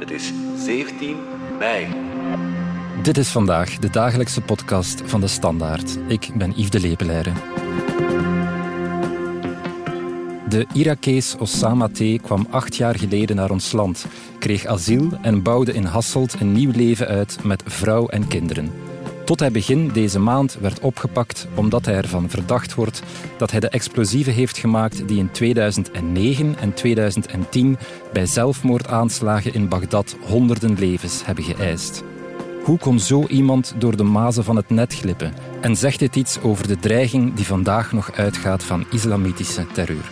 Het is 17 mei. Dit is vandaag de dagelijkse podcast van De Standaard. Ik ben Yves de Lepelaere. De Irakees Osama T. kwam 8 jaar geleden naar ons land, kreeg asiel en bouwde in Hasselt een nieuw leven uit met vrouw en kinderen. Tot hij begin deze maand werd opgepakt omdat hij ervan verdacht wordt dat hij de explosieven heeft gemaakt die in 2009 en 2010 bij zelfmoordaanslagen in Bagdad honderden levens hebben geëist. Hoe kon zo iemand door de mazen van het net glippen? En zegt dit iets over de dreiging die vandaag nog uitgaat van islamitische terreur?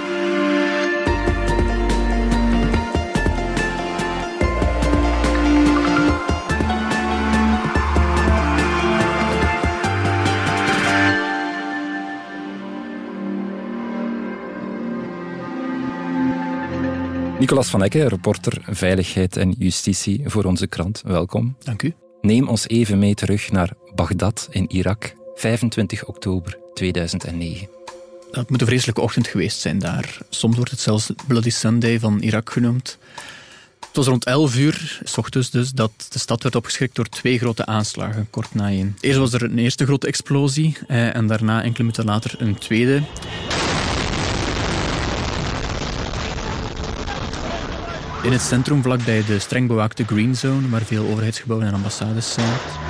Nicolas van Ecke, reporter Veiligheid en Justitie voor onze krant. Welkom. Dank u. Neem ons even mee terug naar Bagdad in Irak, 25 oktober 2009. Het moet een vreselijke ochtend geweest zijn daar. Soms wordt het zelfs Bloody Sunday van Irak genoemd. Het was rond 11 uur, 's ochtends dus, dat de stad werd opgeschrikt door 2 grote aanslagen, kort na één. Eerst was er een eerste grote explosie en daarna enkele minuten later een tweede. In het centrum, vlakbij de streng bewaakte Green Zone, waar veel overheidsgebouwen en ambassades zijn.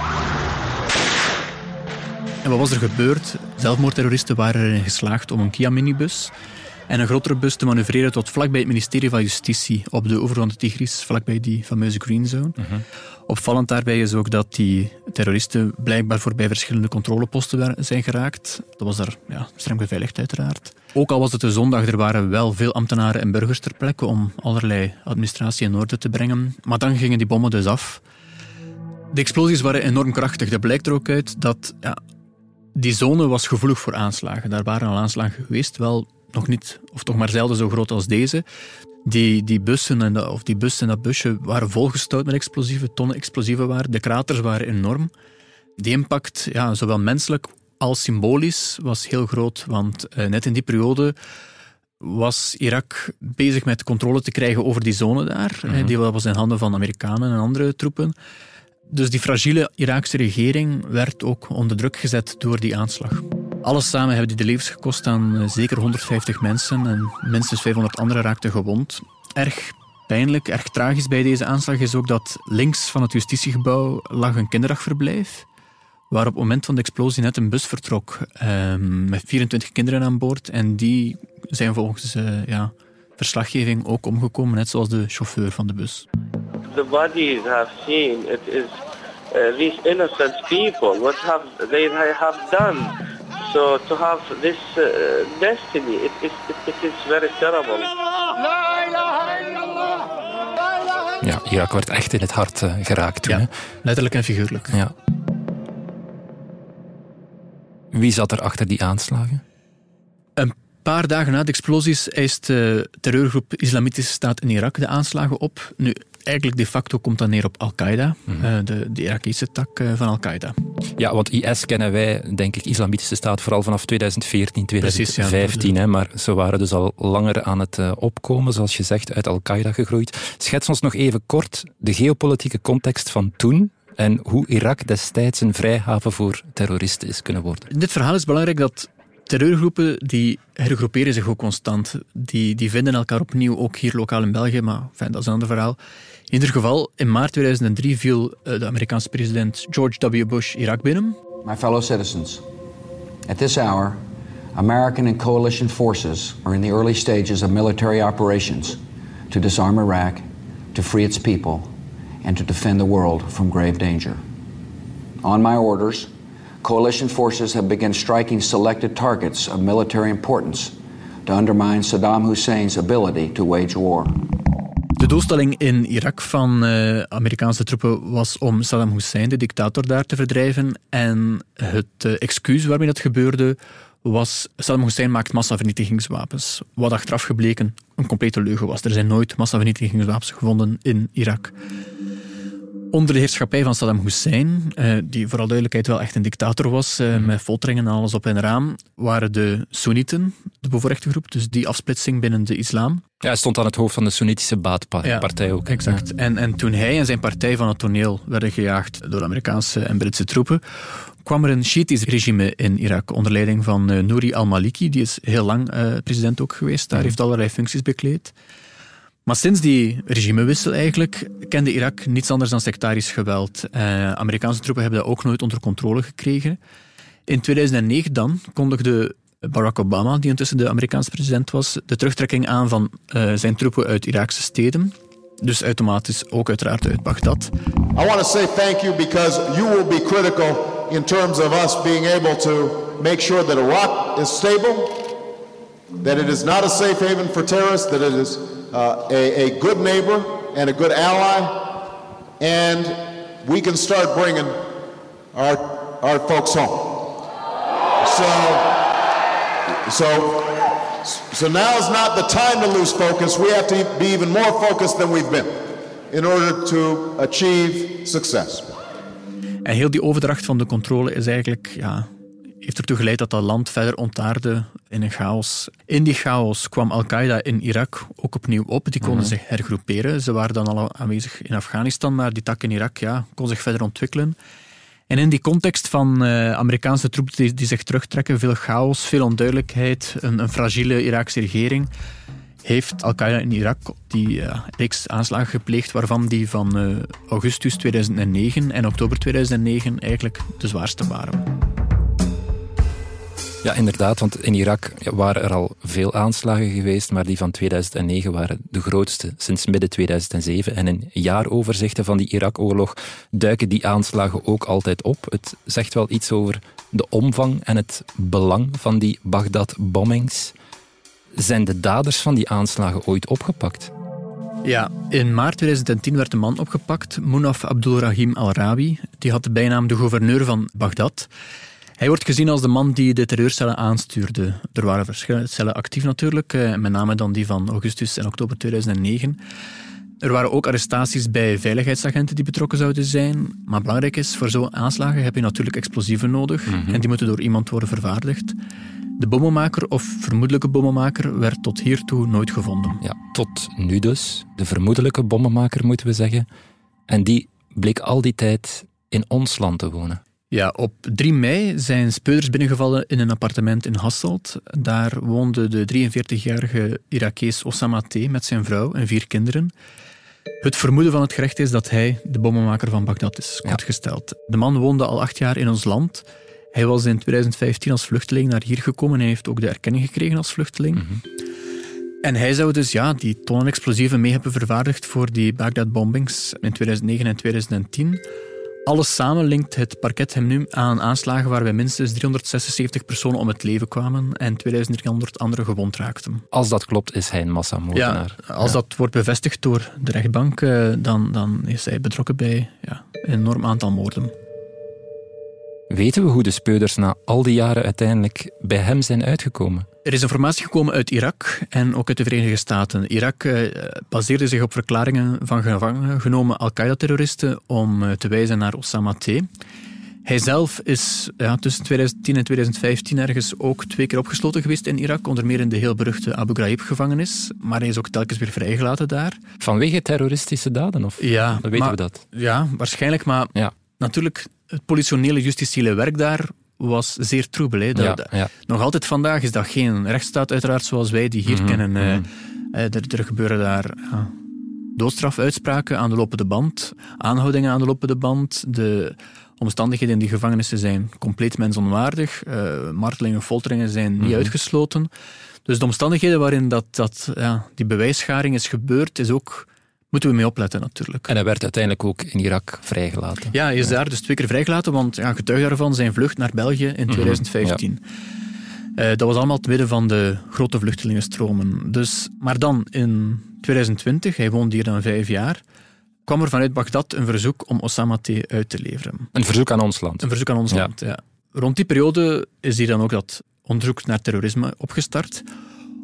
En wat was er gebeurd? Zelfmoordterroristen waren erin geslaagd om een Kia-minibus en een grotere bus te manoeuvreren tot vlakbij het ministerie van Justitie, op de oever van de Tigris, vlakbij die fameuze Green Zone. Opvallend daarbij is ook dat die terroristen blijkbaar voorbij verschillende controleposten zijn geraakt. Dat was daar streng beveiligd uiteraard. Ook al was het een zondag, er waren wel veel ambtenaren en burgers ter plekke om allerlei administratie in orde te brengen. Maar dan gingen die bommen dus af. De explosies waren enorm krachtig. Dat blijkt er ook uit dat die zone was gevoelig voor aanslagen. Daar waren al aanslagen geweest, wel nog niet, of toch maar zelden zo groot als deze. Die bussen en dat busje waren volgestouwd met explosieven, tonnen explosieven waren. De kraters waren enorm. Die impact, zowel menselijk als symbolisch, was heel groot. Want net in die periode was Irak bezig met controle te krijgen over die zone daar. Die was in handen van Amerikanen en andere troepen. Dus die fragiele Iraakse regering werd ook onder druk gezet door die aanslag. Alles samen hebben die de levens gekost aan zeker 150 mensen en minstens 500 anderen raakten gewond. Erg pijnlijk, erg tragisch bij deze aanslag is ook dat links van het justitiegebouw lag een kinderdagverblijf, waar op het moment van de explosie net een bus vertrok met 24 kinderen aan boord. En die zijn volgens verslaggeving ook omgekomen, net zoals de chauffeur van de bus. The bodies have seen it is these innocent people. What they have done? So to have this destiny, it is very terrible. Ja, Irak werd echt in het hart geraakt toen. Ja, letterlijk en figuurlijk. Ja. Wie zat er achter die aanslagen? Een paar dagen na de explosies eist de terreurgroep Islamitische Staat in Irak de aanslagen op. Nu, eigenlijk de facto komt dat neer op Al-Qaeda, de Irakese tak van Al-Qaeda. Ja, want IS kennen wij, denk ik, Islamitische Staat vooral vanaf 2014, 2015. Precies, maar ze waren dus al langer aan het opkomen, zoals je zegt, uit Al-Qaeda gegroeid. Schets ons nog even kort de geopolitieke context van toen en hoe Irak destijds een vrijhaven voor terroristen is kunnen worden. In dit verhaal is belangrijk dat terreurgroepen die hergroeperen zich ook constant. Die vinden elkaar opnieuw, ook hier lokaal in België, maar dat is een ander verhaal. In ieder geval, in maart 2003 viel de Amerikaanse president George W. Bush Irak binnen. My fellow citizens, at this hour, American and coalition forces are in the early stages of military operations to disarm Iraq, to free its people, and to defend the world from grave danger. On my orders, coalition forces have begun striking selected targets of military importance to undermine Saddam Hussein's ability to wage war. De doelstelling in Irak van Amerikaanse troepen was om Saddam Hussein, de dictator, daar te verdrijven. En het excuus waarmee dat gebeurde was: Saddam Hussein maakt massavernietigingswapens. Wat achteraf gebleken een complete leugen was. Er zijn nooit massavernietigingswapens gevonden in Irak. Onder de heerschappij van Saddam Hussein, die vooral duidelijkheid wel echt een dictator was, met folteringen en alles op en raam, waren de Soenieten de bevoorrechte groep, dus die afsplitsing binnen de islam. Ja, hij stond aan het hoofd van de Soenitische Baath-partij ook. Exact. Ja. En toen hij en zijn partij van het toneel werden gejaagd door Amerikaanse en Britse troepen, kwam er een Shiïtisch regime in Irak onder leiding van Nouri al-Maliki. Die is heel lang president ook geweest. Daar heeft allerlei functies bekleed. Maar sinds die regimewissel eigenlijk kende Irak niets anders dan sectarisch geweld. Amerikaanse troepen hebben dat ook nooit onder controle gekregen. In 2009 dan kondigde Barack Obama, die intussen de Amerikaanse president was, de terugtrekking aan van zijn troepen uit Iraakse steden. Dus automatisch ook uiteraard uit Bagdad. I want to say thank you because you will be critical in terms of us being able to make sure that Iraq is stable, that it is not a safe haven for terrorists, that it is a good neighbor and a good ally, and we can start bringing our folks home. So now is not the time to lose focus. We have to be even more focused than we've been in order to achieve success. En heel die overdracht van de controle is eigenlijk, heeft ertoe geleid dat dat land verder ontaarde in een chaos. In die chaos kwam Al-Qaeda in Irak ook opnieuw op. Die konden zich hergroeperen. Ze waren dan al aanwezig in Afghanistan, maar die tak in Irak kon zich verder ontwikkelen. En in die context van Amerikaanse troepen die zich terugtrekken, veel chaos, veel onduidelijkheid, een fragiele Iraakse regering, heeft Al-Qaeda in Irak die reeks aanslagen gepleegd, waarvan die van augustus 2009 en oktober 2009 eigenlijk de zwaarste waren. Ja, inderdaad, want in Irak waren er al veel aanslagen geweest, maar die van 2009 waren de grootste sinds midden 2007. En in jaaroverzichten van die Irak-oorlog duiken die aanslagen ook altijd op. Het zegt wel iets over de omvang en het belang van die Bagdad-bombings. Zijn de daders van die aanslagen ooit opgepakt? Ja, in maart 2010 werd een man opgepakt, Munaf Abdulrahim al-Rawi. Die had de bijnaam de gouverneur van Bagdad. Hij wordt gezien als de man die de terreurcellen aanstuurde. Er waren verschillende cellen actief natuurlijk, met name dan die van augustus en oktober 2009. Er waren ook arrestaties bij veiligheidsagenten die betrokken zouden zijn. Maar belangrijk is, voor zo'n aanslagen heb je natuurlijk explosieven nodig. En die moeten door iemand worden vervaardigd. De bommenmaker of vermoedelijke bommenmaker werd tot hiertoe nooit gevonden. Ja, tot nu dus. De vermoedelijke bommenmaker, moeten we zeggen. En die bleek al die tijd in ons land te wonen. Ja, op 3 mei zijn speurders binnengevallen in een appartement in Hasselt. Daar woonde de 43-jarige Irakees Osama T. met zijn vrouw en 4 kinderen. Het vermoeden van het gerecht is dat hij de bommenmaker van Bagdad is, kort gesteld. De man woonde al 8 jaar in ons land. Hij was in 2015 als vluchteling naar hier gekomen en heeft ook de erkenning gekregen als vluchteling. En hij zou dus die tonnen explosieven mee hebben vervaardigd voor die Bagdad-bombings in 2009 en 2010. Alles samen linkt het parket hem nu aan aanslagen waarbij minstens 376 personen om het leven kwamen en 2300 anderen gewond raakten. Als dat klopt, is hij een massamoordenaar. Ja, als dat wordt bevestigd door de rechtbank, dan is hij betrokken bij een enorm aantal moorden. Weten we hoe de speurders na al die jaren uiteindelijk bij hem zijn uitgekomen? Er is informatie gekomen uit Irak en ook uit de Verenigde Staten. Irak baseerde zich op verklaringen van gevangen genomen Al-Qaeda-terroristen om te wijzen naar Osama T. Hij zelf is tussen 2010 en 2015 ergens ook 2 keer opgesloten geweest in Irak, onder meer in de heel beruchte Abu Ghraib-gevangenis. Maar hij is ook telkens weer vrijgelaten daar. Vanwege terroristische daden? Of? Ja. Dan weten we dat. Ja, waarschijnlijk. Maar natuurlijk, het politionele justitiële werk daar was zeer troebel. Nog altijd vandaag is dat geen rechtsstaat, uiteraard, zoals wij die hier kennen. Er gebeuren daar doodstrafuitspraken aan de lopende band, aanhoudingen aan de lopende band. De omstandigheden in die gevangenissen zijn compleet mensonwaardig. Martelingen, folteringen zijn niet uitgesloten. Dus de omstandigheden waarin die bewijsscharing is gebeurd, is ook... Moeten we mee opletten, natuurlijk. En hij werd uiteindelijk ook in Irak vrijgelaten. Ja, hij is daar dus 2 keer vrijgelaten, want getuige daarvan zijn vlucht naar België in 2015. Dat was allemaal te midden van de grote vluchtelingenstromen. Maar dan in 2020, hij woonde hier dan 5 jaar, kwam er vanuit Bagdad een verzoek om Osama T. uit te leveren. Een verzoek aan ons land. Een verzoek aan ons land, ja. Rond die periode is hier dan ook dat onderzoek naar terrorisme opgestart.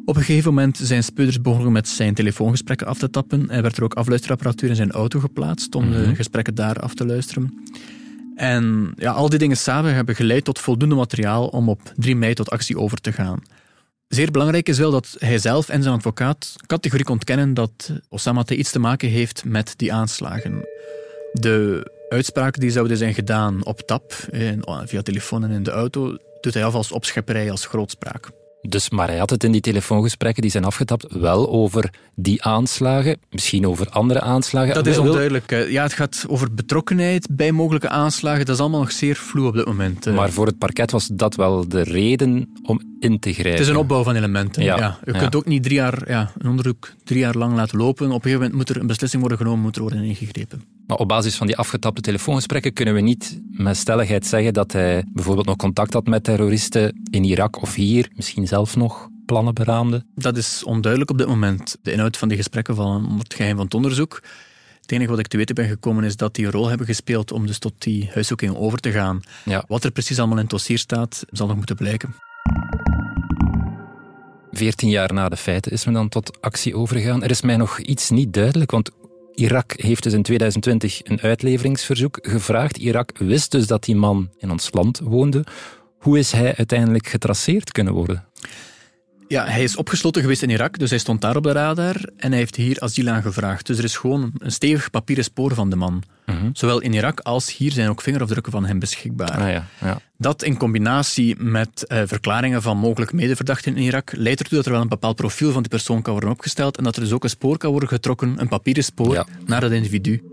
Op een gegeven moment zijn speurders begonnen met zijn telefoongesprekken af te tappen. Er werd er ook afluisterapparatuur in zijn auto geplaatst om de gesprekken daar af te luisteren. En ja, al die dingen samen hebben geleid tot voldoende materiaal om op 3 mei tot actie over te gaan. Zeer belangrijk is wel dat hij zelf en zijn advocaat categoriek ontkennen dat Oussama T. iets te maken heeft met die aanslagen. De uitspraken die zouden zijn gedaan op tap, via telefoon en in de auto, doet hij af als opschepperij, als grootspraak. Dus, maar hij had het in die telefoongesprekken die zijn afgetapt wel over die aanslagen, misschien over andere aanslagen. Dat is onduidelijk. Ja, het gaat over betrokkenheid bij mogelijke aanslagen. Dat is allemaal nog zeer vloe op dit moment. Maar voor het parket was dat wel de reden om in te grijpen. Het is een opbouw van elementen. Ja. Je kunt ook niet 3 jaar, een onderzoek 3 jaar lang laten lopen. Op een gegeven moment moet er een beslissing worden genomen, moet er worden ingegrepen. Maar op basis van die afgetapte telefoongesprekken kunnen we niet met stelligheid zeggen dat hij bijvoorbeeld nog contact had met terroristen in Irak of hier, misschien zelf nog plannen beraamde. Dat is onduidelijk op dit moment. De inhoud van die gesprekken vallen onder het geheim van het onderzoek. Het enige wat ik te weten ben gekomen is dat die een rol hebben gespeeld om dus tot die huiszoeking over te gaan. Ja. Wat er precies allemaal in het dossier staat, zal nog moeten blijken. 14 jaar na de feiten is men dan tot actie overgegaan. Er is mij nog iets niet duidelijk, want Irak heeft dus in 2020 een uitleveringsverzoek gevraagd. Irak wist dus dat die man in ons land woonde. Hoe is hij uiteindelijk getraceerd kunnen worden? Ja, hij is opgesloten geweest in Irak, dus hij stond daar op de radar en hij heeft hier asiel aangevraagd. Dus er is gewoon een stevig papieren spoor van de man. Zowel in Irak als hier zijn ook vingerafdrukken van hem beschikbaar. Ja. Dat in combinatie met verklaringen van mogelijk medeverdachten in Irak leidt ertoe dat er wel een bepaald profiel van die persoon kan worden opgesteld en dat er dus ook een spoor kan worden getrokken, een papieren spoor, naar dat individu.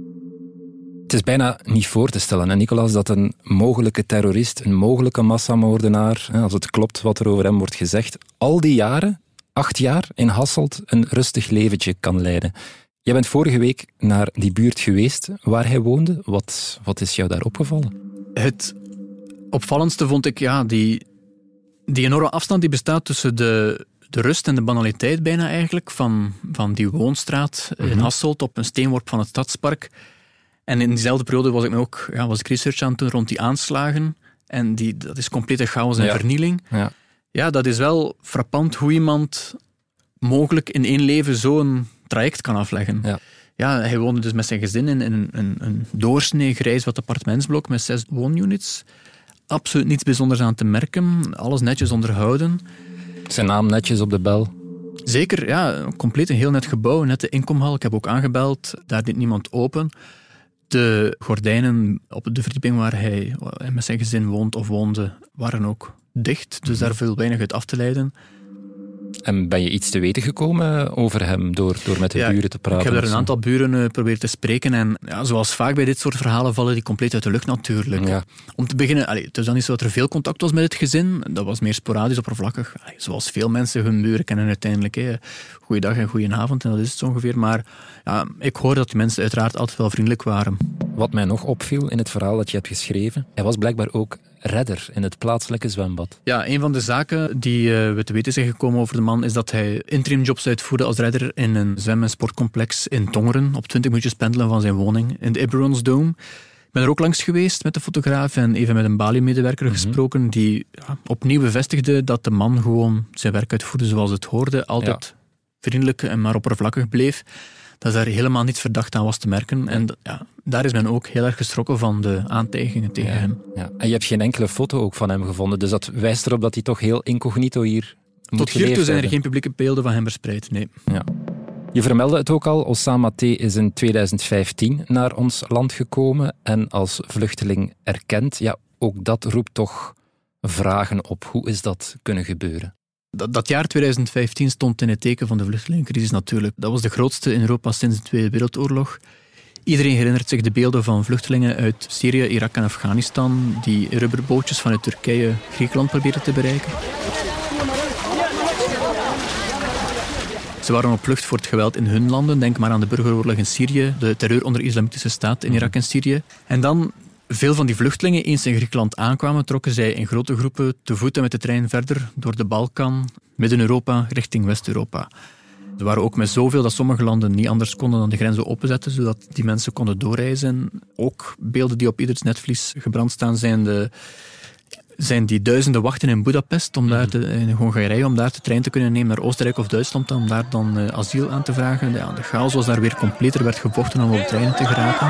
Het is bijna niet voor te stellen, hè, Nicolas, dat een mogelijke terrorist, een mogelijke massamoordenaar, als het klopt wat er over hem wordt gezegd, al die jaren, 8 jaar, in Hasselt een rustig leventje kan leiden. Jij bent vorige week naar die buurt geweest waar hij woonde. Wat is jou daar opgevallen? Het opvallendste vond ik die enorme afstand die bestaat tussen de rust en de banaliteit bijna eigenlijk van die woonstraat in Hasselt op een steenworp van het Stadspark. En in diezelfde periode was ik research aan het doen rond die aanslagen. En dat is complete chaos en vernieling. Ja, dat is wel frappant hoe iemand mogelijk in 1 leven zo'n traject kan afleggen. Ja, hij woonde dus met zijn gezin in een doorsnee grijs wat appartementsblok met 6 woonunits. Absoluut niets bijzonders aan te merken. Alles netjes onderhouden. Zijn naam netjes op de bel. Zeker, ja. Compleet een heel net gebouw, net de inkomhal. Ik heb ook aangebeld. Daar deed niemand open. De gordijnen op de verdieping waar hij met zijn gezin woont of woonde, waren ook dicht. Dus daar viel weinig uit af te leiden. En ben je iets te weten gekomen over hem door met de buren te praten? Ik heb er een aantal buren proberen te spreken. En zoals vaak bij dit soort verhalen vallen die compleet uit de lucht natuurlijk. Ja. Om te beginnen, het is dan niet zo dat er veel contact was met het gezin. Dat was meer sporadisch, oppervlakkig. Zoals veel mensen hun buren kennen uiteindelijk. Goeiedag en goedenavond, en dat is het zo ongeveer. Maar ik hoor dat die mensen uiteraard altijd wel vriendelijk waren. Wat mij nog opviel in het verhaal dat je hebt geschreven, hij was blijkbaar ook redder in het plaatselijke zwembad. Ja, een van de zaken die we te weten zijn gekomen over de man is dat hij interimjobs uitvoerde als redder in een zwem- en sportcomplex in Tongeren, op 20 minuutjes pendelen van zijn woning in de Eberons Dome. Ik ben er ook langs geweest met de fotograaf en even met een Bali-medewerker gesproken die opnieuw bevestigde dat de man gewoon zijn werk uitvoerde zoals het hoorde, altijd vriendelijk en maar oppervlakkig bleef. Dat daar helemaal niets verdacht aan was te merken. En daar is men ook heel erg geschrokken van de aantijgingen tegen hem. Ja. En je hebt geen enkele foto ook van hem gevonden, dus dat wijst erop dat hij toch heel incognito hier moet Tot hiertoe zijn er geen publieke beelden van hem verspreid, nee. Ja. Je vermeldde het ook al, Oussama T. is in 2015 naar ons land gekomen en als vluchteling erkend. Ja, ook dat roept toch vragen op. Hoe is dat kunnen gebeuren? Dat jaar 2015 stond in het teken van de vluchtelingencrisis natuurlijk. Dat was de grootste in Europa sinds de Tweede Wereldoorlog. Iedereen herinnert zich de beelden van vluchtelingen uit Syrië, Irak en Afghanistan die rubberbootjes vanuit Turkije Griekenland probeerden te bereiken. Ze waren op vlucht voor het geweld in hun landen. Denk maar aan de burgeroorlog in Syrië, de terreur onder de Islamitische Staat in Irak en Syrië. En dan, veel van die vluchtelingen, eens in Griekenland aankwamen, trokken zij in grote groepen te voet en met de trein verder door de Balkan, Midden-Europa, richting West-Europa. Er waren ook met zoveel dat sommige landen niet anders konden dan de grenzen openzetten, zodat die mensen konden doorreizen. Ook beelden die op ieders netvlies gebrand staan zijn de zijn die duizenden wachten in Budapest, in Hongarije, om daar de trein te kunnen nemen naar Oostenrijk of Duitsland, om daar dan asiel aan te vragen. Ja, de chaos was daar weer compleet. Er werd gevochten om op treinen te geraken.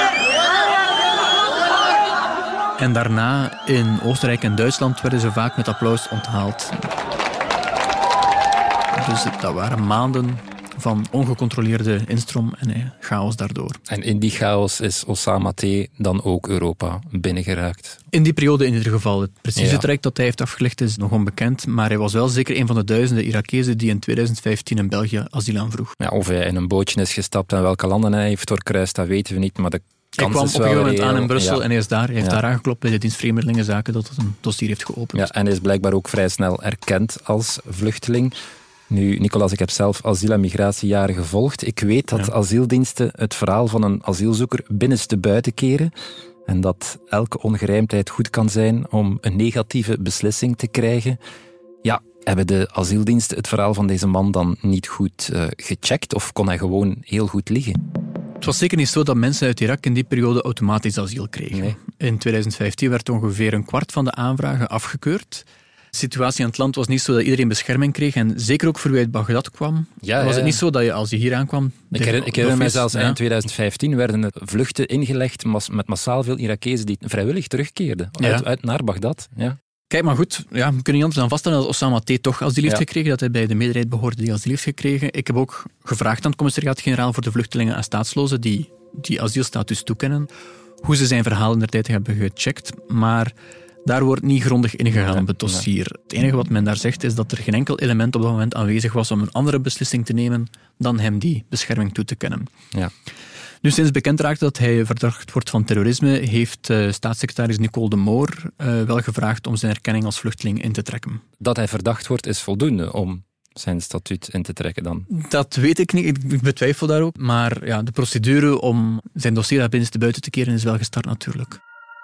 En daarna in Oostenrijk en Duitsland werden ze vaak met applaus onthaald. Dus dat waren maanden van ongecontroleerde instroom en chaos daardoor. En in die chaos is Osama T. dan ook Europa binnengeraakt? In die periode in ieder geval. Het precieze traject dat hij heeft afgelegd is nog onbekend, maar hij was wel zeker een van de duizenden Irakezen die in 2015 in België asiel aanvroeg. Ja, of hij in een bootje is gestapt en welke landen hij heeft doorkruist, dat weten we niet, maar de hij kwam op een gegeven moment aan in Brussel en hij is daar. Hij heeft daar aangeklopt bij de dienst Vreemdelingenzaken dat het een dossier heeft geopend. Ja, en hij is blijkbaar ook vrij snel erkend als vluchteling. Nu, Nicolas, ik heb zelf asiel- en migratiejaren gevolgd. Ik weet dat asieldiensten het verhaal van een asielzoeker binnenste buiten keren en dat elke ongerijmdheid goed kan zijn om een negatieve beslissing te krijgen. Ja, hebben de asieldiensten het verhaal van deze man dan niet goed gecheckt of kon hij gewoon heel goed liegen? Het was zeker niet zo dat mensen uit Irak in die periode automatisch asiel kregen. Nee. In 2015 werd ongeveer een kwart van de aanvragen afgekeurd. De situatie in het land was niet zo dat iedereen bescherming kreeg. En zeker ook voor wie uit Bagdad kwam, was het niet zo dat je als je hier aankwam... Ik herinner mij zelfs eind 2015 werden er vluchten ingelegd met massaal veel Irakezen die vrijwillig terugkeerden uit naar Bagdad. Ja. Kijk, maar goed, we kunnen niet anders dan vaststellen dat Osama T. toch asiel heeft gekregen, dat hij bij de meerderheid behoorde die asiel heeft gekregen. Ik heb ook gevraagd aan het commissariaat-generaal voor de vluchtelingen en staatslozen die asielstatus toekennen, hoe ze zijn verhaal in de tijd hebben gecheckt, maar daar wordt niet grondig ingegaan op het dossier. Het enige wat men daar zegt is dat er geen enkel element op dat moment aanwezig was om een andere beslissing te nemen dan hem die bescherming toe te kennen. Ja. Nu, sinds bekend raakte dat hij verdacht wordt van terrorisme, heeft staatssecretaris Nicole de Moor wel gevraagd om zijn erkenning als vluchteling in te trekken. Dat hij verdacht wordt is voldoende om zijn statuut in te trekken dan? Dat weet ik niet, ik betwijfel daar ook. Maar de procedure om zijn dossier naar binnenste buiten te keren is wel gestart natuurlijk.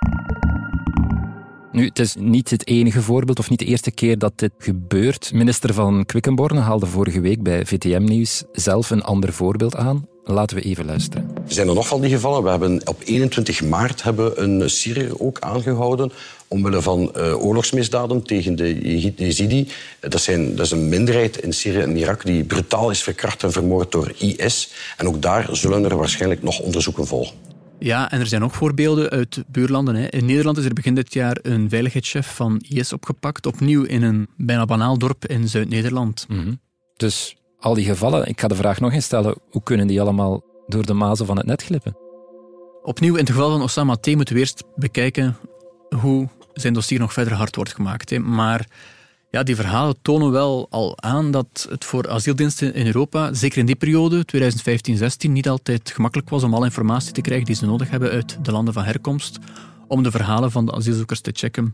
Nu, het is niet het enige voorbeeld of niet de eerste keer dat dit gebeurt. Minister van Quickenborne haalde vorige week bij VTM Nieuws zelf een ander voorbeeld aan. Laten we even luisteren. Er zijn er nog van die gevallen. We hebben op 21 maart een Syriër ook aangehouden omwille van oorlogsmisdaden tegen de Jezidi. Dat is een minderheid in Syrië en Irak die brutaal is verkracht en vermoord door IS. En ook daar zullen er waarschijnlijk nog onderzoeken volgen. Ja, en er zijn ook voorbeelden uit buurlanden. In Nederland is er begin dit jaar een veiligheidschef van IS opgepakt. Opnieuw in een bijna banaal dorp in Zuid-Nederland. Mm-hmm. Dus al die gevallen, ik ga de vraag nog eens stellen, hoe kunnen die allemaal door de mazen van het net glippen? Opnieuw, in het geval van Osama T. moeten we eerst bekijken hoe zijn dossier nog verder hard wordt gemaakt. Maar die verhalen tonen wel al aan dat het voor asieldiensten in Europa, zeker in die periode, 2015-16, niet altijd gemakkelijk was om alle informatie te krijgen die ze nodig hebben uit de landen van herkomst, om de verhalen van de asielzoekers te checken.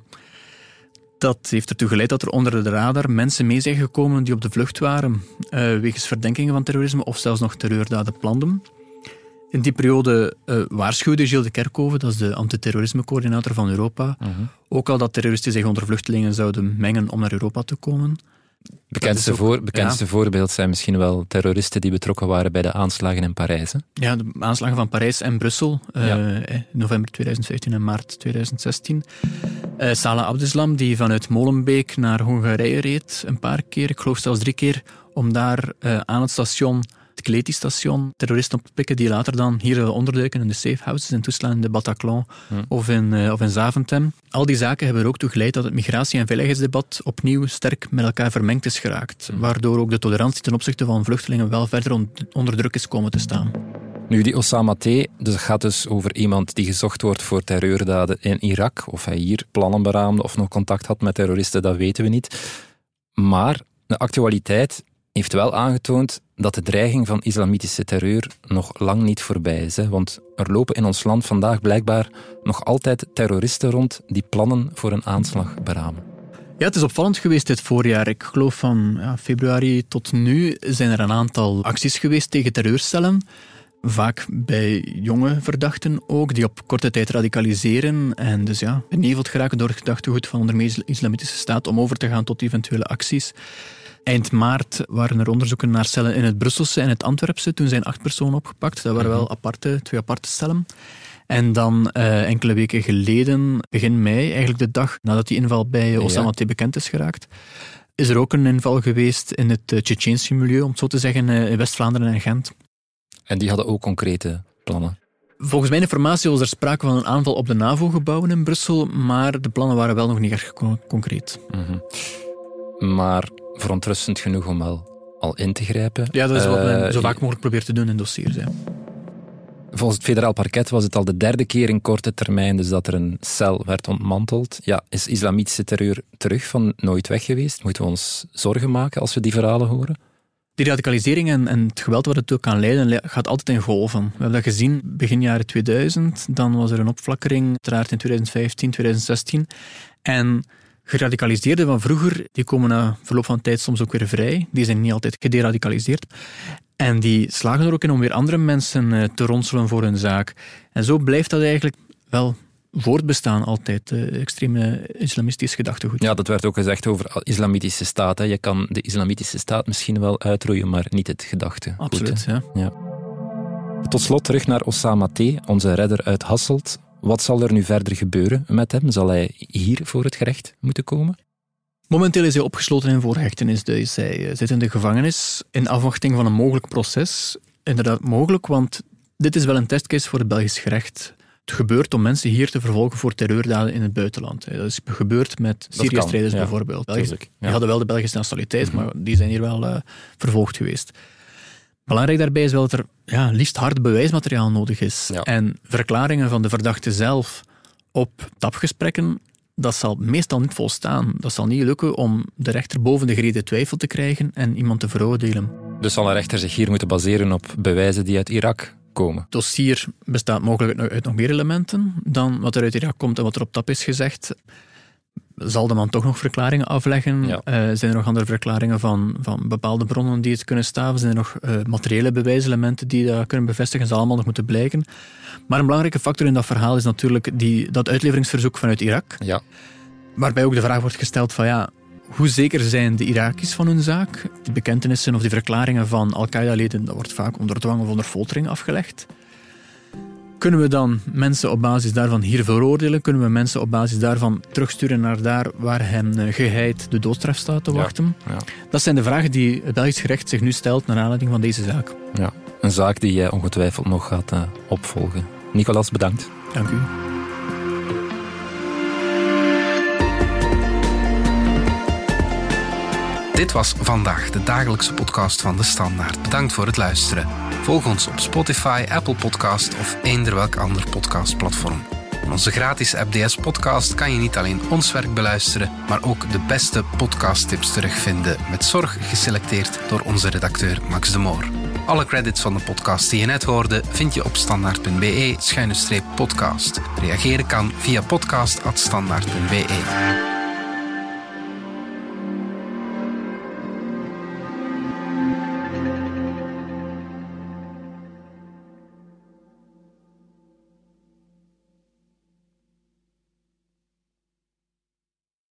Dat heeft ertoe geleid dat er onder de radar mensen mee zijn gekomen die op de vlucht waren, wegens verdenkingen van terrorisme of zelfs nog terreurdaden planden. In die periode waarschuwde Gilles de Kerkhoven, dat is de antiterrorismecoördinator van Europa, ook al dat terroristen zich onder vluchtelingen zouden mengen om naar Europa te komen. Bekendste voorbeeld zijn misschien wel terroristen die betrokken waren bij de aanslagen in Parijs. Hè? Ja, de aanslagen van Parijs en Brussel, november 2015 en maart 2016. Salah Abdeslam, die vanuit Molenbeek naar Hongarije reed, een paar keer, ik geloof zelfs 3 keer, om daar aan het station, het Kleti-station, terroristen op te pikken die later dan hier onderduiken in de safe houses en toeslaan in de Bataclan of in Zaventem. Al die zaken hebben er ook toe geleid dat het migratie- en veiligheidsdebat opnieuw sterk met elkaar vermengd is geraakt, waardoor ook de tolerantie ten opzichte van vluchtelingen wel verder onder druk is komen te staan. Nu, die Osama T. gaat dus over iemand die gezocht wordt voor terreurdaden in Irak. Of hij hier plannen beraamde of nog contact had met terroristen, dat weten we niet. Maar de actualiteit heeft wel aangetoond dat de dreiging van islamitische terreur nog lang niet voorbij is. Hè? Want er lopen in ons land vandaag blijkbaar nog altijd terroristen rond die plannen voor een aanslag beramen. Ja, het is opvallend geweest dit voorjaar. Ik geloof van februari tot nu zijn er een aantal acties geweest tegen terreurcellen. Vaak bij jonge verdachten ook, die op korte tijd radicaliseren en dus beneveld geraken door het gedachtegoed van onder meer islamitische staat om over te gaan tot eventuele acties. Eind maart waren er onderzoeken naar cellen in het Brusselse en het Antwerpse. Toen zijn 8 personen opgepakt. Dat waren wel 2 aparte cellen. En dan enkele weken geleden, begin mei, eigenlijk de dag nadat die inval bij Osama T. bekend is geraakt, is er ook een inval geweest in het Tsjetsjeense milieu, om het zo te zeggen, in West-Vlaanderen en Gent. En die hadden ook concrete plannen? Volgens mijn informatie was er sprake van een aanval op de NAVO-gebouwen in Brussel, maar de plannen waren wel nog niet erg concreet. Maar verontrustend genoeg om wel al in te grijpen. Ja, dat is wat men zo vaak mogelijk probeert te doen in dossiers. Ja. Volgens het federaal parket was het al de derde keer in korte termijn dus dat er een cel werd ontmanteld. Ja, is islamitische terreur terug van nooit weg geweest? Moeten we ons zorgen maken als we die verhalen horen? Die radicalisering en het geweld wat het ook kan leiden, gaat altijd in golven. We hebben dat gezien begin jaren 2000. Dan was er een opflakkering, uiteraard in 2015, 2016. En geradicaliseerden van vroeger, die komen na verloop van tijd soms ook weer vrij. Die zijn niet altijd gederadicaliseerd. En die slagen er ook in om weer andere mensen te ronselen voor hun zaak. En zo blijft dat eigenlijk wel voortbestaan altijd, extreme islamistisch gedachtegoed. Ja, dat werd ook gezegd over islamitische staat. Hè. Je kan de islamitische staat misschien wel uitroeien, maar niet het gedachtegoed. Absoluut, ja. Tot slot terug naar Osama T., onze redder uit Hasselt. Wat zal er nu verder gebeuren met hem? Zal hij hier voor het gerecht moeten komen? Momenteel is hij opgesloten in voorhechtenis. Dus hij zit in de gevangenis in afwachting van een mogelijk proces. Inderdaad mogelijk, want dit is wel een testcase voor het Belgisch gerecht. Het gebeurt om mensen hier te vervolgen voor terreurdaden in het buitenland. Dat is gebeurd met Syrië-strijders bijvoorbeeld. Die hadden wel de Belgische nationaliteit, maar die zijn hier wel vervolgd geweest. Belangrijk daarbij is wel dat er liefst hard bewijsmateriaal nodig is. Ja. En verklaringen van de verdachte zelf op tapgesprekken, dat zal meestal niet volstaan. Dat zal niet lukken om de rechter boven de gereden twijfel te krijgen en iemand te veroordelen. Dus zal een rechter zich hier moeten baseren op bewijzen die uit Irak komen? Het dossier bestaat mogelijk uit nog meer elementen dan wat er uit Irak komt en wat er op tap is gezegd. Zal de man toch nog verklaringen afleggen? Ja. Zijn er nog andere verklaringen van bepaalde bronnen die het kunnen staven? Zijn er nog materiële bewijselementen die dat kunnen bevestigen? Zal allemaal nog moeten blijken. Maar een belangrijke factor in dat verhaal is natuurlijk dat uitleveringsverzoek vanuit Irak. Ja. Waarbij ook de vraag wordt gesteld van hoe zeker zijn de Iraki's van hun zaak? Die bekentenissen of die verklaringen van Al-Qaeda-leden, dat wordt vaak onder dwang of onder foltering afgelegd. Kunnen we dan mensen op basis daarvan hier veroordelen? Kunnen we mensen op basis daarvan terugsturen naar daar waar hen geheid de doodstraf staat te wachten? Ja. Dat zijn de vragen die het Belgisch gerecht zich nu stelt naar aanleiding van deze zaak. Ja, een zaak die jij ongetwijfeld nog gaat opvolgen. Nicolas, bedankt. Dank u. Dit was Vandaag, de dagelijkse podcast van De Standaard. Bedankt voor het luisteren. Volg ons op Spotify, Apple Podcast of eender welk ander podcastplatform. In onze gratis app DS Podcast kan je niet alleen ons werk beluisteren, maar ook de beste podcasttips terugvinden, met zorg geselecteerd door onze redacteur Max de Moor. Alle credits van de podcast die je net hoorde vind je op standaard.be/podcast. Reageren kan via podcast@standaard.be.